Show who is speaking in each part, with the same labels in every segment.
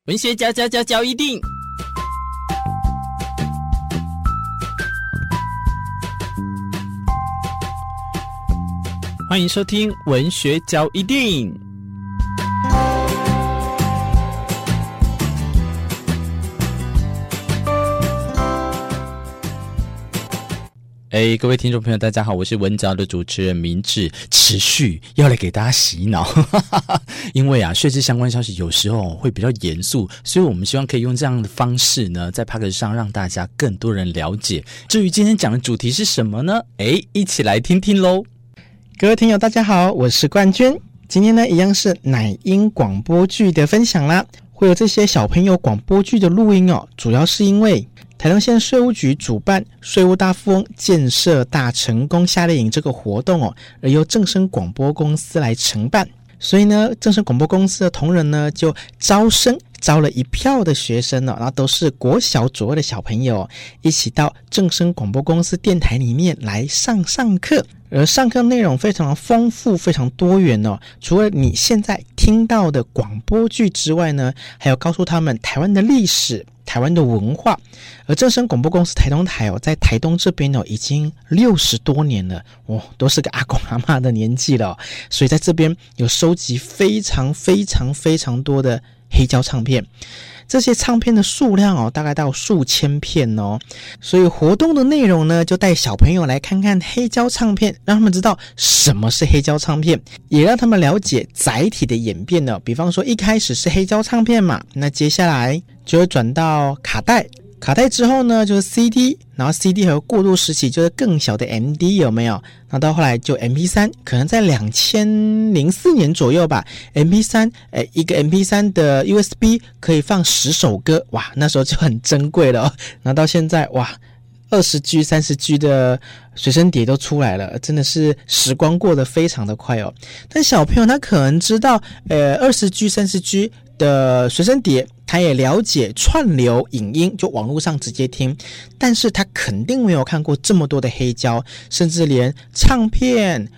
Speaker 1: 文学交一定。欢迎收听文学交一定。各位听众朋友大家好，我是文藻的主持人明志，持续要来给大家洗脑因为税制相关消息有时候会比较严肃，所以我们希望可以用这样的方式呢，在 Podcast 上让大家更多人了解。至于今天讲的主题是什么呢？一起来听听咯。
Speaker 2: 各位听友大家好，我是冠军。今天呢一样是乃英广播剧的分享啦，会有这些小朋友广播剧的录音主要是因为台东县税务局主办税务大富翁建设大成功夏令营这个活动而由正声广播公司来承办，所以呢正声广播公司的同仁呢就招了一票的学生然后都是国小左右的小朋友一起到正声广播公司电台里面来上课，而上课内容非常丰富，非常多元除了你现在听到的广播剧之外呢，还有告诉他们台湾的历史、台湾的文化。而正声广播公司台东台在台东这边已经60多年了都是个阿公阿嬷的年纪了所以在这边有收集非常非常非常多的黑胶唱片，这些唱片的数量大概到数千片所以活动的内容呢，就带小朋友来看看黑胶唱片，让他们知道什么是黑胶唱片，也让他们了解载体的演变比方说一开始是黑胶唱片嘛，那接下来就会转到卡带之后呢就是 CD， 然后 CD 还有过渡时期就是更小的 MD 有没有，那到后来就 MP3， 可能在2004年左右吧， MP3 一个 MP3 的 USB 可以放10首歌，哇那时候就很珍贵了那到现在哇20G 30G 的随身碟都出来了，真的是时光过得非常的快但小朋友他可能知道20G 30G 的随身碟，他也了解串流影音，就网络上直接听，但是他肯定没有看过这么多的黑胶，甚至连唱片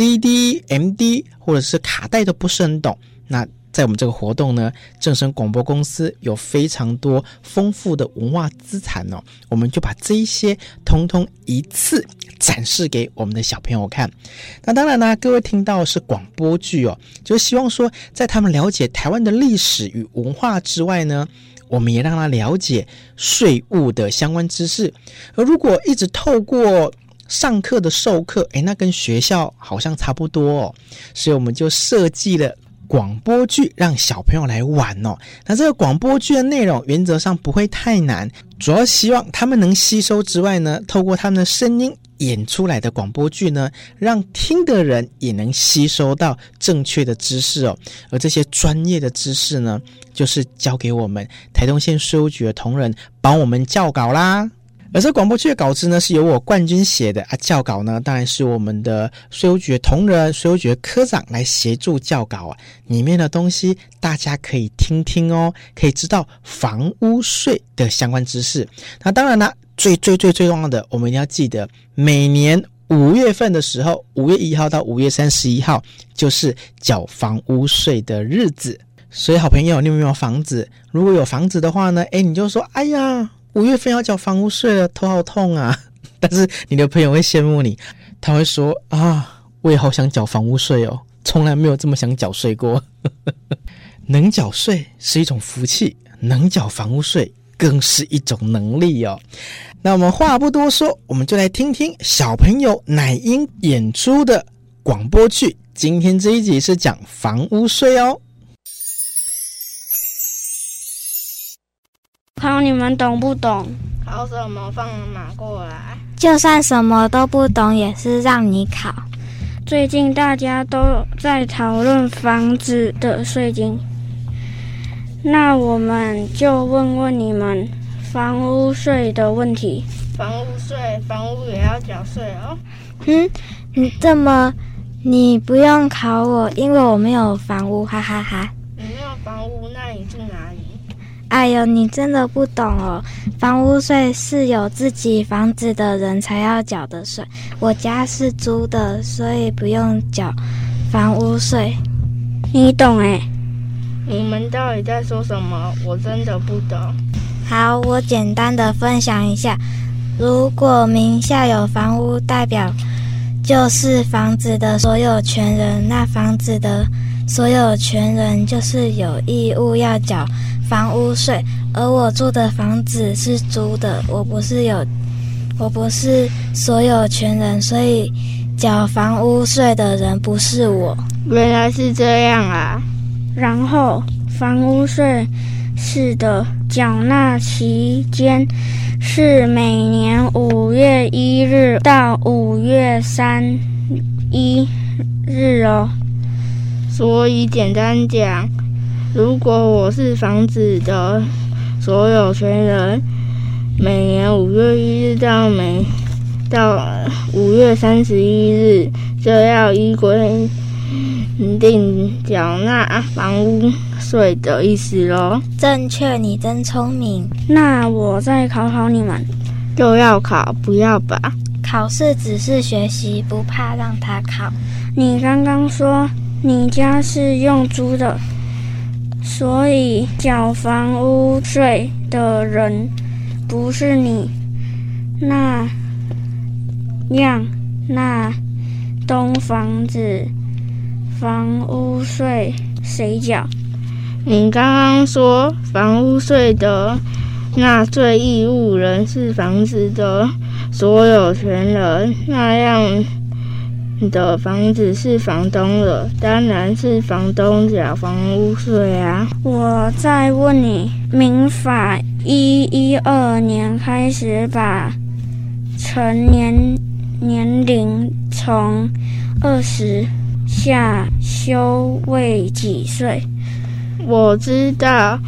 Speaker 2: CD MD 或者是卡带都不是很懂。那在我们这个活动呢，正声广播公司有非常多丰富的文化资产我们就把这一些通通一次展示给我们的小朋友看。那当然各位听到的是广播剧就是希望说在他们了解台湾的历史与文化之外呢，我们也让他了解税务的相关知识。而如果一直透过上课的授课那跟学校好像差不多所以我们就设计了广播剧让小朋友来玩那这个广播剧的内容原则上不会太难，主要希望他们能吸收之外呢，透过他们的声音演出来的广播剧呢，让听的人也能吸收到正确的知识而这些专业的知识呢，就是交给我们台东县税务局的同仁帮我们校稿啦。而这广播剧的稿子呢是由我冠军写的校稿呢当然是我们的税务局的同仁、税务局的科长来协助校稿里面的东西大家可以听听可以知道房屋税的相关知识。那当然啦，最重要的我们一定要记得，每年5月份的时候，5月1号到5月31号就是缴房屋税的日子。所以好朋友，你有没有房子？如果有房子的话呢你就说哎呀5月份要缴房屋税了，头好痛啊但是你的朋友会羡慕你，他会说我也好想缴房屋税从来没有这么想缴税过能缴税是一种福气，能缴房屋税更是一种能力那我们话不多说，我们就来听听小朋友乃英演出的广播剧。今天这一集是讲房屋税
Speaker 3: 考你们懂不懂？
Speaker 4: 考什么？放马过来。
Speaker 3: 就算什么都不懂，也是让你考。最近大家都在讨论房子的税金，那我们就问问你们房屋税的问题。
Speaker 4: 房屋税，房屋也要缴税
Speaker 3: 你不用考我，因为我没有房屋，哈哈哈。
Speaker 4: 你没有房屋，那你住哪里？
Speaker 3: 哎呦，你真的不懂房屋税是有自己房子的人才要缴的税，我家是租的，所以不用缴房屋税。你懂
Speaker 4: 你们到底在说什么？我真的不懂。
Speaker 3: 好，我简单的分享一下。如果名下有房屋，代表就是房子的所有权人，那房子的所有权人就是有义务要缴房屋税。而我住的房子是租的，我不是所有权人，所以缴房屋税的人不是我。
Speaker 4: 原来是这样啊！
Speaker 3: 然后房屋税是的缴纳期间是每年5月1日到5月31日哦。
Speaker 4: 所以简单讲，如果我是房子的所有权人，每年5月1日到5月31日就要依规定缴纳房屋税的意思咯。
Speaker 3: 正确，你真聪明。那我再考考你们。
Speaker 4: 就要考，不要吧？
Speaker 3: 考试只是学习，不怕让他考。你刚刚说你家是用租的，所以缴房屋税的人不是你。那栋房子房屋税谁缴？
Speaker 4: 你刚刚说房屋税的纳税义务人是房子的所有权人，那样的房子是房东的，当然是房东缴房屋税啊。
Speaker 3: 我再问你，民法112年开始把成年年龄从20下修为几岁？
Speaker 4: 我知道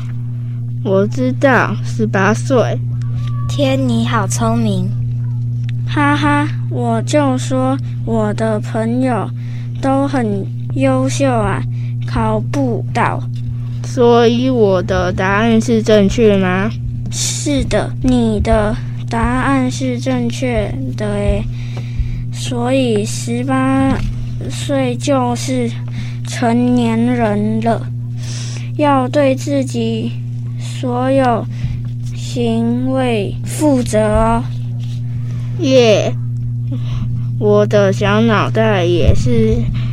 Speaker 4: ，18岁。
Speaker 3: 天，你好聪明！哈哈，我就说我的朋友都很优秀啊，考不倒。
Speaker 4: 所以我的答案是正确吗？
Speaker 3: 是的，你的答案是正确的诶。所以18岁就是成年人了，要对自己所有行为负责哦。
Speaker 4: 耶，我的小脑袋也是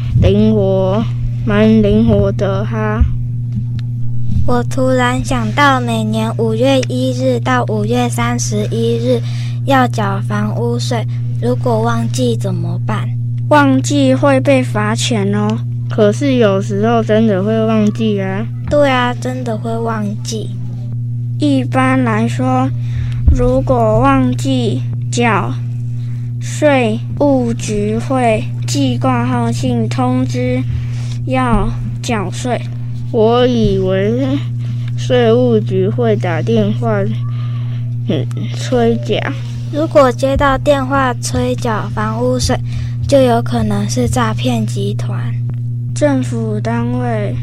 Speaker 4: 蛮灵活的哈。
Speaker 3: 我突然想到，每年5月1日到5月31日要缴房屋税，如果忘记怎么办？忘记会被罚钱哦。
Speaker 4: 可是有时候真的会忘记啊。
Speaker 3: 对啊，真的会忘记。一般来说，如果忘记缴，税务局会寄挂号信通知要缴税。
Speaker 4: 我以为税务局会打电话催缴。
Speaker 3: 如果接到电话催缴房屋税，就有可能是诈骗集团。政府单位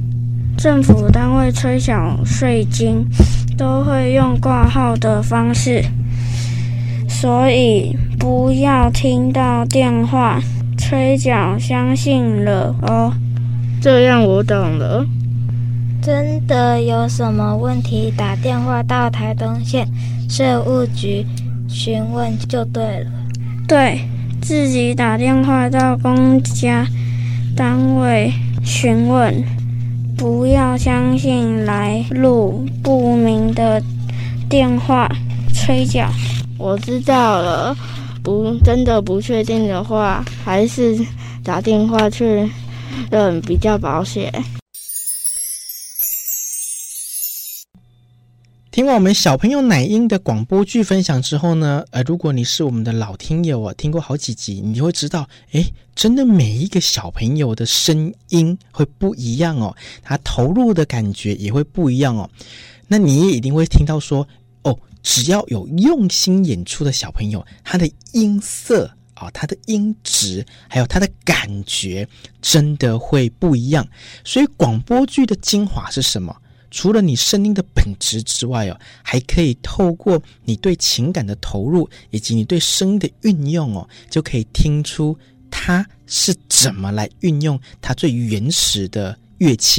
Speaker 3: 催缴税金都会用挂号的方式，所以不要听到电话催缴相信了哦。
Speaker 4: 这样我懂了。
Speaker 3: 真的有什么问题，打电话到台东县税务局询问就对了。对，自己打电话到公家单位询问，不要相信来路不明的电话催缴。
Speaker 4: 我知道了，真的不确定的话，还是打电话确认比较保险。
Speaker 2: 听完我们小朋友乃英的广播剧分享之后呢，如果你是我们的老听友听过好几集，你就会知道，真的每一个小朋友的声音会不一样哦，他投入的感觉也会不一样哦。那你也一定会听到说，只要有用心演出的小朋友，他的音色他的音质还有他的感觉真的会不一样。所以广播剧的精华是什么？除了你声音的本质之外还可以透过你对情感的投入以及你对声音的运用就可以听出它是怎么来运用它最原始的乐器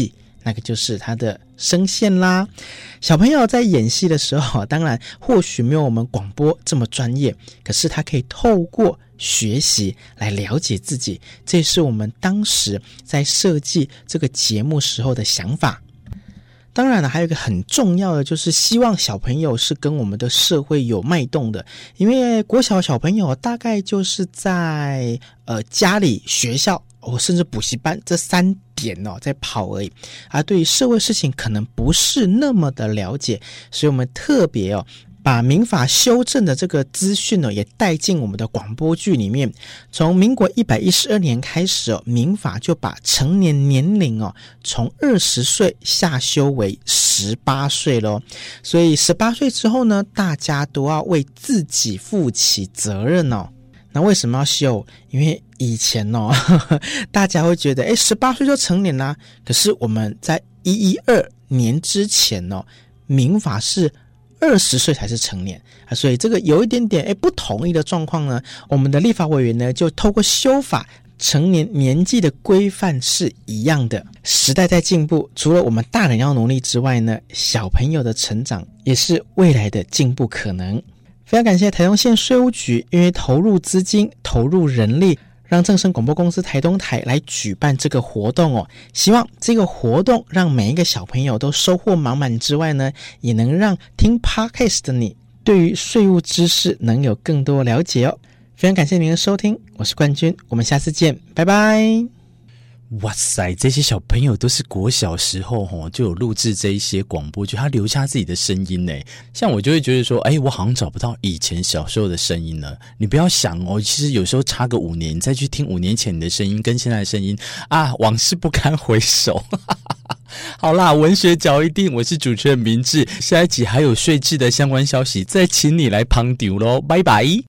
Speaker 2: 那个就是它的声线啦。小朋友在演戏的时候，当然或许没有我们广播这么专业，可是他可以透过学习来了解自己，这也是我们当时在设计这个节目时候的想法。当然了，还有一个很重要的，就是希望小朋友是跟我们的社会有脉动的。因为国小小朋友大概就是在家里、学校甚至补习班这3点在跑而已，而对于社会事情可能不是那么的了解，所以我们特别把民法修正的这个资讯也带进我们的广播剧里面。从民国112年开始民法就把成年年龄从20岁下修为18岁咯。所以18岁之后呢，大家都要为自己负起责任那为什么要修？因为以前大家会觉得18岁就成年啦，可是我们在112年之前民法是20岁才是成年所以这个有一点点不同意的状况呢，我们的立法委员呢就透过修法，成年年纪的规范是一样的。时代在进步，除了我们大人要努力之外呢，小朋友的成长也是未来的进步可能。非常感谢台东县税务局因为投入资金、投入人力，让正声广播公司台东台来举办这个活动希望这个活动让每一个小朋友都收获满满之外呢，也能让听 Podcast 的你对于税务知识能有更多了解非常感谢您的收听，我是冠军，我们下次见，拜拜。
Speaker 1: 哇塞，这些小朋友都是国小时候就有录制这一些广播剧，他留下自己的声音呢。像我就会觉得说我好像找不到以前小时候的声音了。你不要想其实有时候差个5年，你再去听5年前你的声音跟现在的声音往事不堪回首好啦，文学角一定，我是主持人明志，下一集还有税制的相关消息再请你来旁听咯，拜拜。